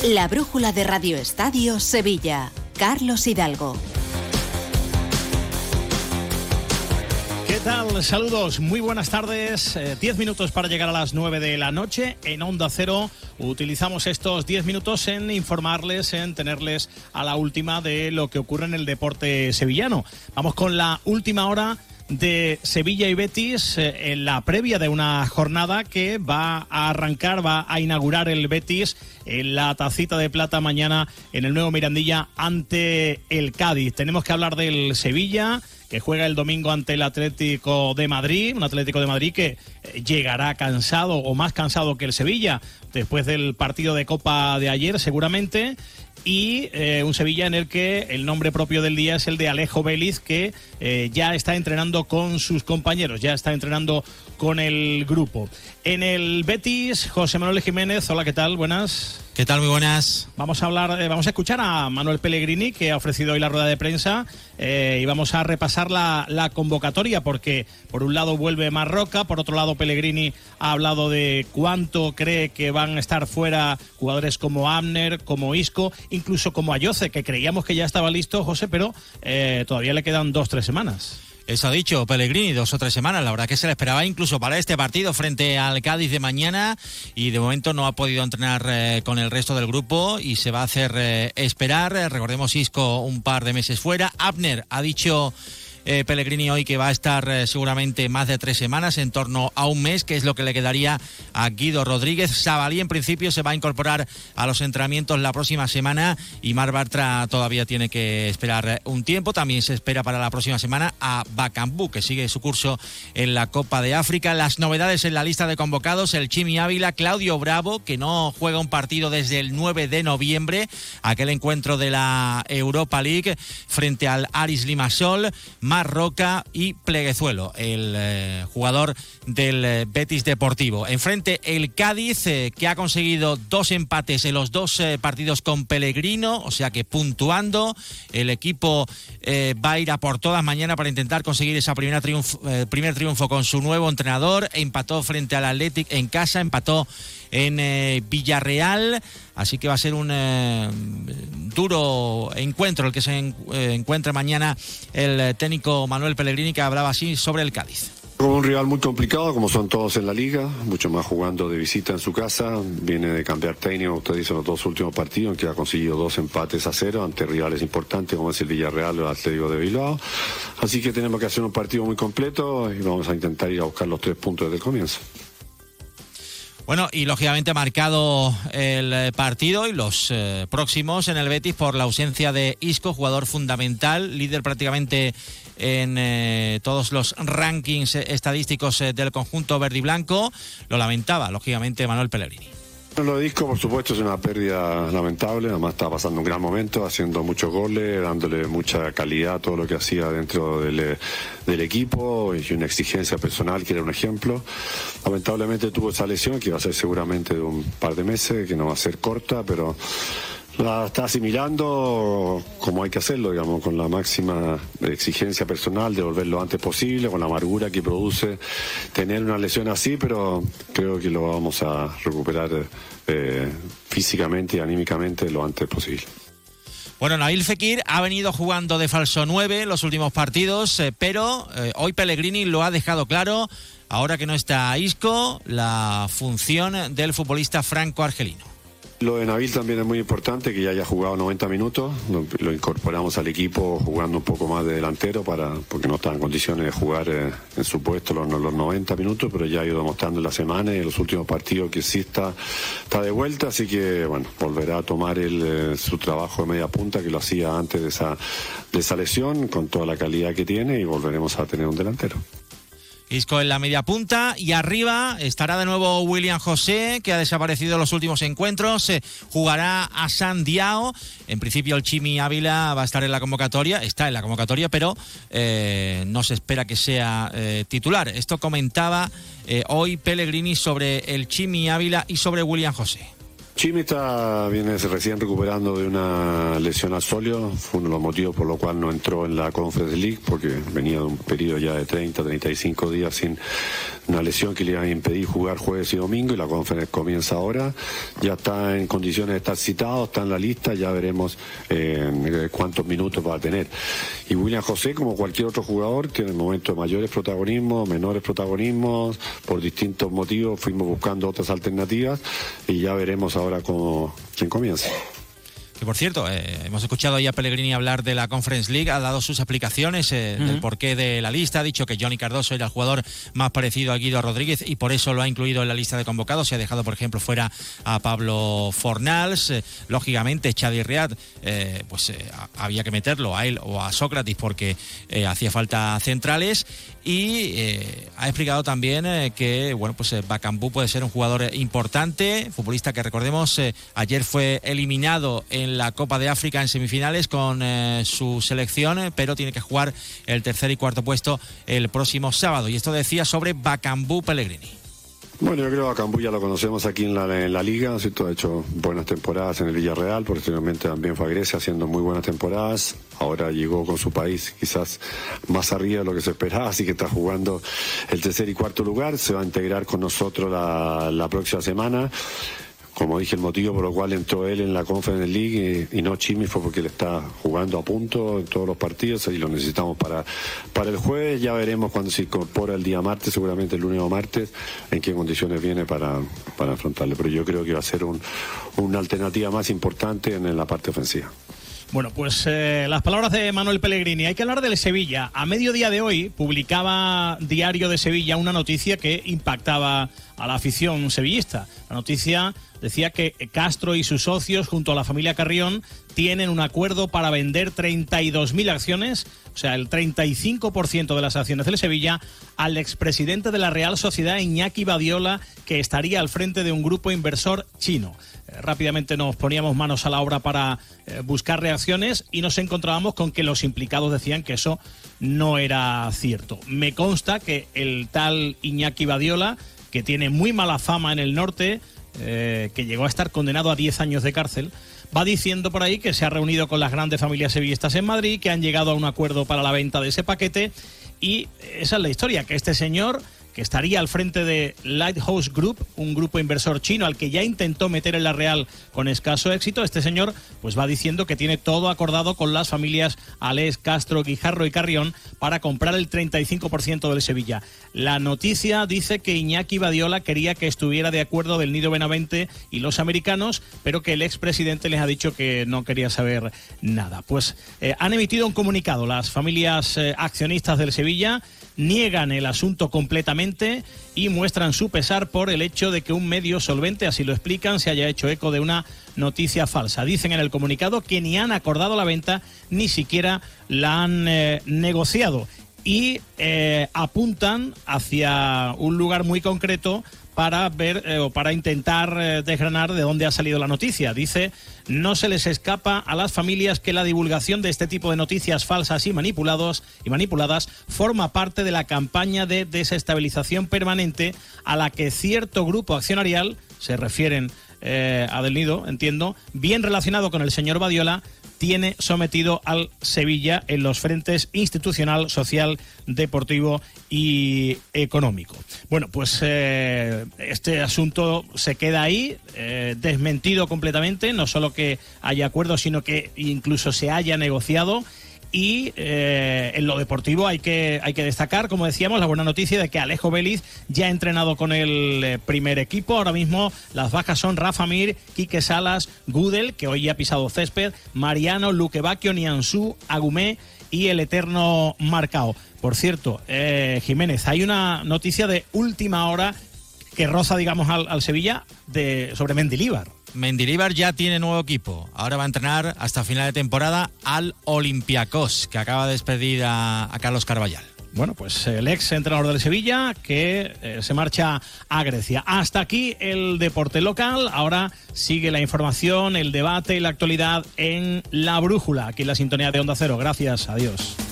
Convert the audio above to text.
La brújula de Radio Estadio Sevilla. Carlos Hidalgo. ¿Qué tal? Saludos, muy buenas tardes. 10 minutos para llegar a las 9 de la noche en Onda Cero. Utilizamos estos 10 minutos en informarles, en tenerles a la última de lo que ocurre en el deporte sevillano. Vamos con la última hora de Sevilla y Betis en la previa de una jornada que va a arrancar, va a inaugurar el Betis en la Tacita de Plata mañana en el nuevo Mirandilla ante el Cádiz. Tenemos que hablar del Sevilla, que juega el domingo ante el Atlético de Madrid, un Atlético de Madrid que llegará cansado o más cansado que el Sevilla después del partido de Copa de ayer seguramente, y un Sevilla en el que el nombre propio del día es el de Alejo Vélez, que ya está entrenando con sus compañeros, ya está entrenando con el grupo. En el Betis, José Manuel Jiménez, hola, ¿qué tal? Buenas. ¿Qué tal? Muy buenas. Vamos a escuchar a Manuel Pellegrini, que ha ofrecido hoy la rueda de prensa, y vamos a repasar la convocatoria, porque por un lado vuelve Marroca, por otro lado Pellegrini ha hablado de cuánto cree que van a estar fuera jugadores como Abner, como Isco, incluso como Ayoce, que creíamos que ya estaba listo, José, pero todavía le quedan 2-3 semanas. Eso ha dicho Pellegrini, 2 o 3 semanas. La verdad que se le esperaba incluso para este partido frente al Cádiz de mañana, y de momento no ha podido entrenar con el resto del grupo y se va a hacer esperar. Recordemos, Isco un par de meses fuera. Abner ha dicho Pellegrini hoy que va a estar seguramente más de 3 semanas, en torno a un mes, que es lo que le quedaría a Guido Rodríguez. Sabalí en principio se va a incorporar a los entrenamientos la próxima semana, y Marc Bartra todavía tiene que esperar un tiempo. También se espera para la próxima semana a Bakambu, que sigue su curso en la Copa de África. Las novedades en la lista de convocados: el Chimi Ávila, Claudio Bravo, que no juega un partido desde el 9 de noviembre, aquel encuentro de la Europa League frente al Aris Limassol, Marroca y Pleguezuelo, el jugador del Betis Deportivo. Enfrente el Cádiz, que ha conseguido 2 empates en los 2 partidos con Pellegrino, o sea que puntuando. El equipo va a ir a por todas mañana para intentar conseguir esa primer triunfo con su nuevo entrenador. Empató frente al Athletic en casa, empató en Villarreal, así que va a ser un duro encuentro el que se encuentre mañana el técnico Manuel Pellegrini, que hablaba así sobre el Cádiz. Un rival muy complicado, como son todos en la liga, mucho más jugando de visita en su casa. Viene de cambiar técnico, usted dice, los 2 últimos partidos, en que ha conseguido 2 empates a 0 ante rivales importantes como es el Villarreal o el Atlético de Bilbao. Así que tenemos que hacer un partido muy completo y vamos a intentar ir a buscar los 3 puntos desde el comienzo. Bueno, y lógicamente marcado el partido y los próximos en el Betis por la ausencia de Isco, jugador fundamental, líder prácticamente en todos los rankings estadísticos del conjunto verde y blanco. Lo lamentaba, lógicamente, Manuel Pellegrini. Lo de Isco, por supuesto, es una pérdida lamentable. Además está pasando un gran momento, haciendo muchos goles, dándole mucha calidad a todo lo que hacía dentro del equipo, y una exigencia personal que era un ejemplo. Lamentablemente tuvo esa lesión, que va a ser seguramente de un par de meses, que no va a ser corta, pero la está asimilando como hay que hacerlo, digamos, con la máxima exigencia personal de volver lo antes posible, con la amargura que produce tener una lesión así, pero creo que lo vamos a recuperar físicamente y anímicamente lo antes posible. Bueno, Nabil Fekir ha venido jugando de falso 9 en los últimos partidos, pero hoy Pellegrini lo ha dejado claro, ahora que no está Isco, la función del futbolista franco-argelino. Lo de Nabil también es muy importante, que ya haya jugado 90 minutos, lo incorporamos al equipo jugando un poco más de delantero porque no está en condiciones de jugar en su puesto los 90 minutos, pero ya ha ido demostrando en la semana y en los últimos partidos que sí está de vuelta, así que bueno, volverá a tomar su trabajo de media punta, que lo hacía antes de esa lesión, con toda la calidad que tiene, y volveremos a tener un delantero. Isco en la media punta, y arriba estará de nuevo William José, que ha desaparecido en los últimos encuentros. Jugará a San Diao. En principio el Chimi Ávila va a estar en la convocatoria, está en la convocatoria, pero no se espera que sea titular. Esto comentaba hoy Pellegrini sobre el Chimi Ávila y sobre William José. Chimi viene recién recuperando de una lesión al sóleo, fue uno de los motivos por los cuales no entró en la Conference League, porque venía de un periodo ya de 30-35 días sin una lesión que le iba a impedir jugar jueves y domingo, y la Conference comienza ahora. Ya está en condiciones de estar citado, está en la lista, ya veremos cuántos minutos va a tener. Y William José, como cualquier otro jugador, tiene momentos de mayores protagonismos, menores protagonismos, por distintos motivos fuimos buscando otras alternativas y ya veremos ahora quién comienza. Que por cierto, hemos escuchado ya a Pellegrini hablar de la Conference League, ha dado sus explicaciones del porqué de la lista, ha dicho que Johnny Cardoso era el jugador más parecido a Guido Rodríguez y por eso lo ha incluido en la lista de convocados. Se ha dejado, por ejemplo, fuera a Pablo Fornals. Lógicamente, Chadi Riad, había que meterlo a él o a Sócrates porque hacía falta centrales. Y ha explicado también que Bakambu puede ser un jugador importante, futbolista que recordemos ayer fue eliminado en la Copa de África en semifinales con su selección, pero tiene que jugar el tercer y cuarto puesto el próximo sábado. Y esto decía sobre Bakambu Pellegrini. Bueno, yo creo que Bakambu ya lo conocemos aquí en la Liga, ¿cierto? Ha hecho buenas temporadas en el Villarreal, posteriormente también fue a Grecia haciendo muy buenas temporadas. Ahora llegó con su país quizás más arriba de lo que se esperaba, así que está jugando el tercer y cuarto lugar. Se va a integrar con nosotros la próxima semana. Como dije, el motivo por el cual entró él en la Conference League y no Chimi fue porque él está jugando a punto en todos los partidos y lo necesitamos para el jueves. Ya veremos cuando se incorpora el día martes, seguramente el lunes o martes, en qué condiciones viene para afrontarle. Pero yo creo que va a ser una alternativa más importante en la parte ofensiva. Bueno, pues las palabras de Manuel Pellegrini. Hay que hablar del Sevilla. A mediodía de hoy publicaba Diario de Sevilla una noticia que impactaba a la afición sevillista. La noticia decía que Castro y sus socios, junto a la familia Carrión, tienen un acuerdo para vender 32.000 acciones, o sea, el 35% de las acciones del Sevilla, al expresidente de la Real Sociedad, Iñaki Badiola, que estaría al frente de un grupo inversor chino. Rápidamente nos poníamos manos a la obra para buscar reacciones y nos encontrábamos con que los implicados decían que eso no era cierto. Me consta que el tal Iñaki Badiola, que tiene muy mala fama en el norte, que llegó a estar condenado a 10 años de cárcel, va diciendo por ahí que se ha reunido con las grandes familias sevillistas en Madrid, que han llegado a un acuerdo para la venta de ese paquete, y esa es la historia, que este señor, que estaría al frente de Lighthouse Group, un grupo inversor chino al que ya intentó meter en la Real con escaso éxito, este señor pues va diciendo que tiene todo acordado con las familias Alés, Castro, Guijarro y Carrión para comprar el 35% del Sevilla. La noticia dice que Iñaki Badiola quería que estuviera de acuerdo del Nido Benavente y los americanos, pero que el expresidente les ha dicho que no quería saber nada. Pues han emitido un comunicado las familias accionistas del Sevilla, niegan el asunto completamente y muestran su pesar por el hecho de que un medio solvente, así lo explican, se haya hecho eco de una noticia falsa. Dicen en el comunicado que ni han acordado la venta, ni siquiera la han negociado y apuntan hacia un lugar muy concreto para ver o para intentar desgranar de dónde ha salido la noticia. Dice: no se les escapa a las familias que la divulgación de este tipo de noticias falsas y manipuladas forma parte de la campaña de desestabilización permanente a la que cierto grupo accionarial, se refieren a Del Nido, entiendo, bien relacionado con el señor Badiola, tiene sometido al Sevilla en los frentes institucional, social, deportivo y económico. Bueno, pues este asunto se queda ahí, desmentido completamente, no solo que haya acuerdo, sino que incluso se haya negociado. Y en lo deportivo hay que destacar, como decíamos, la buena noticia de que Alejo Vélez ya ha entrenado con el primer equipo. Ahora mismo las bajas son Rafa Mir, Quique Salas, Gudel, que hoy ya ha pisado césped, Mariano, Luque Bacchio, Nianzú, Agumé y el eterno Marcao. Por cierto, Jiménez, hay una noticia de última hora que roza, digamos, al Sevilla sobre Mendilibar. Mendilibar ya tiene nuevo equipo. Ahora va a entrenar hasta final de temporada al Olympiacos, que acaba de despedir a Carlos Carballal. Bueno, pues el ex entrenador del Sevilla que se marcha a Grecia. Hasta aquí el deporte local. Ahora sigue la información, el debate y la actualidad en La Brújula, aquí en la sintonía de Onda Cero. Gracias, adiós.